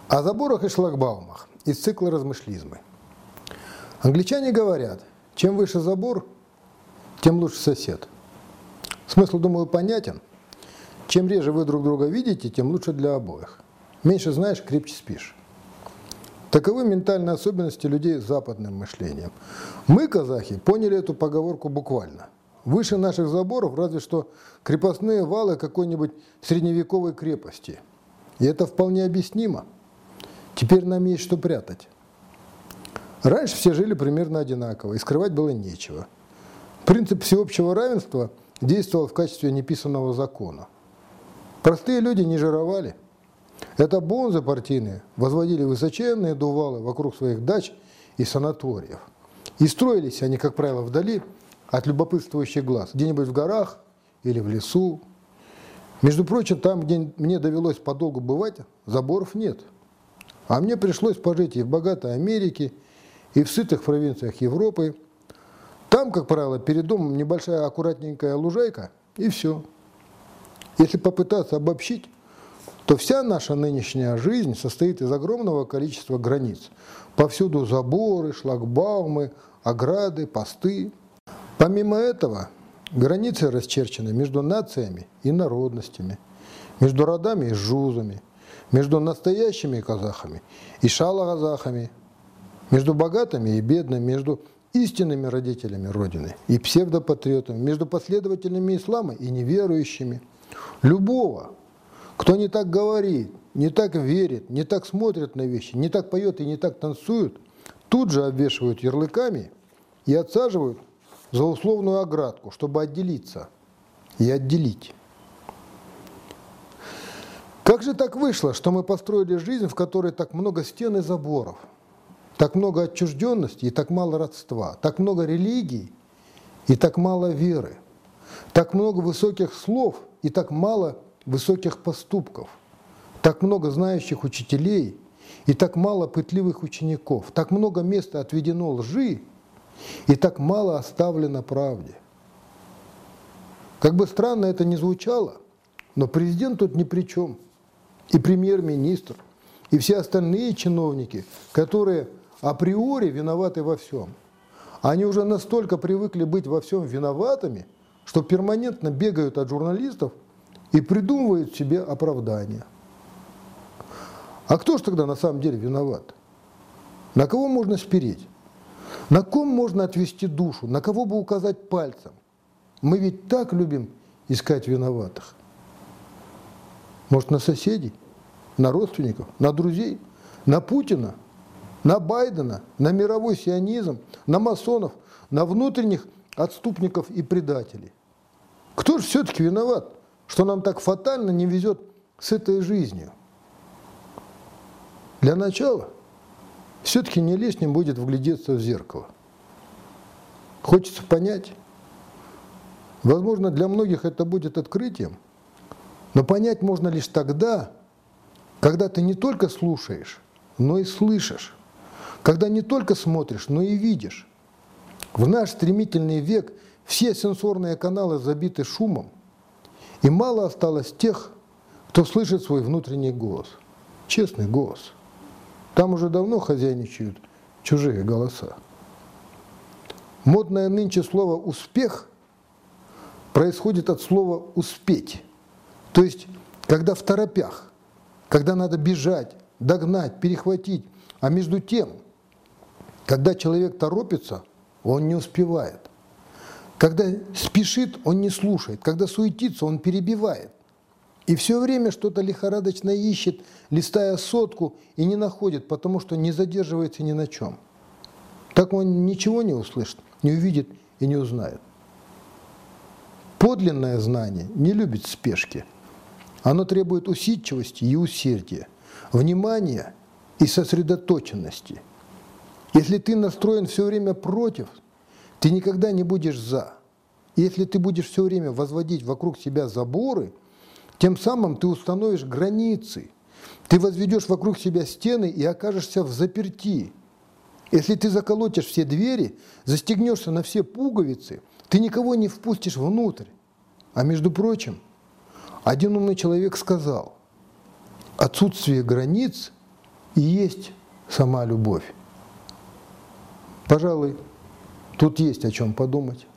О заборах и шлагбаумах из цикла «Размышлизмы». Англичане говорят, чем выше забор, тем лучше сосед. Смысл, думаю, понятен. Чем реже вы друг друга видите, тем лучше для обоих. Меньше знаешь, крепче спишь. Таковы ментальные особенности людей с западным мышлением. Мы, казахи, поняли эту поговорку буквально. Выше наших заборов разве что крепостные валы какой-нибудь средневековой крепости. И это вполне объяснимо. Теперь нам есть что прятать. Раньше все жили примерно одинаково, и скрывать было нечего. Принцип всеобщего равенства действовал в качестве неписанного закона. Простые люди не жировали. Это бонзы партийные возводили высоченные дувалы вокруг своих дач и санаториев. И строились они, как правило, вдали от любопытствующих глаз, где-нибудь в горах или в лесу. Между прочим, там, где мне довелось подолгу бывать, заборов нет. А мне пришлось пожить и в богатой Америке, и в сытых провинциях Европы. Там, как правило, перед домом небольшая аккуратненькая лужайка, и все. Если попытаться обобщить, то вся наша нынешняя жизнь состоит из огромного количества границ. Повсюду заборы, шлагбаумы, ограды, посты. Помимо этого, границы расчерчены между нациями и народностями, между родами и жузами, между настоящими казахами и шала-казахами, между богатыми и бедными, между истинными родителями Родины и псевдопатриотами, между последователями ислама и неверующими. Любого, кто не так говорит, не так верит, не так смотрит на вещи, не так поет и не так танцует, тут же обвешивают ярлыками и отсаживают за условную оградку, чтобы отделиться и отделить. Как же так вышло, что мы построили жизнь, в которой так много стен и заборов, так много отчужденности и так мало родства, так много религий и так мало веры, так много высоких слов и так мало высоких поступков, так много знающих учителей и так мало пытливых учеников, так много места отведено лжи и так мало оставлено правде. Как бы странно это ни звучало, но президент тут ни при чем. И премьер-министр, и все остальные чиновники, которые априори виноваты во всем. Они уже настолько привыкли быть во всем виноватыми, что перманентно бегают от журналистов и придумывают себе оправдания. А кто же тогда на самом деле виноват? На кого можно спереть? На ком можно отвести душу? На кого бы указать пальцем? Мы ведь так любим искать виноватых. Может, на соседей, на родственников, на друзей, на Путина, на Байдена, на мировой сионизм, на масонов, на внутренних отступников и предателей. Кто же все-таки виноват, что нам так фатально не везет с этой жизнью? Для начала, все-таки не лишним будет вглядеться в зеркало. Хочется понять. Возможно, для многих это будет открытием, но понять можно лишь тогда, когда ты не только слушаешь, но и слышишь. Когда не только смотришь, но и видишь. В наш стремительный век все сенсорные каналы забиты шумом, и мало осталось тех, кто слышит свой внутренний голос. Честный голос. Там уже давно хозяйничают чужие голоса. Модное нынче слово «успех» происходит от слова «успеть». То есть, когда второпях, когда надо бежать, догнать, перехватить, а между тем, когда человек торопится, он не успевает. Когда спешит, он не слушает. Когда суетится, он перебивает. И все время что-то лихорадочно ищет, листая сотку, и не находит, потому что не задерживается ни на чем. Так он ничего не услышит, не увидит и не узнает. Подлинное знание не любит спешки. Оно требует усидчивости и усердия, внимания и сосредоточенности. Если ты настроен все время против, ты никогда не будешь за. Если ты будешь все время возводить вокруг себя заборы, тем самым ты установишь границы, ты возведешь вокруг себя стены и окажешься в заперти. Если ты заколотишь все двери, застегнешься на все пуговицы, ты никого не впустишь внутрь. А между прочим, один умный человек сказал, отсутствие границ и есть сама любовь. Пожалуй, тут есть о чем подумать.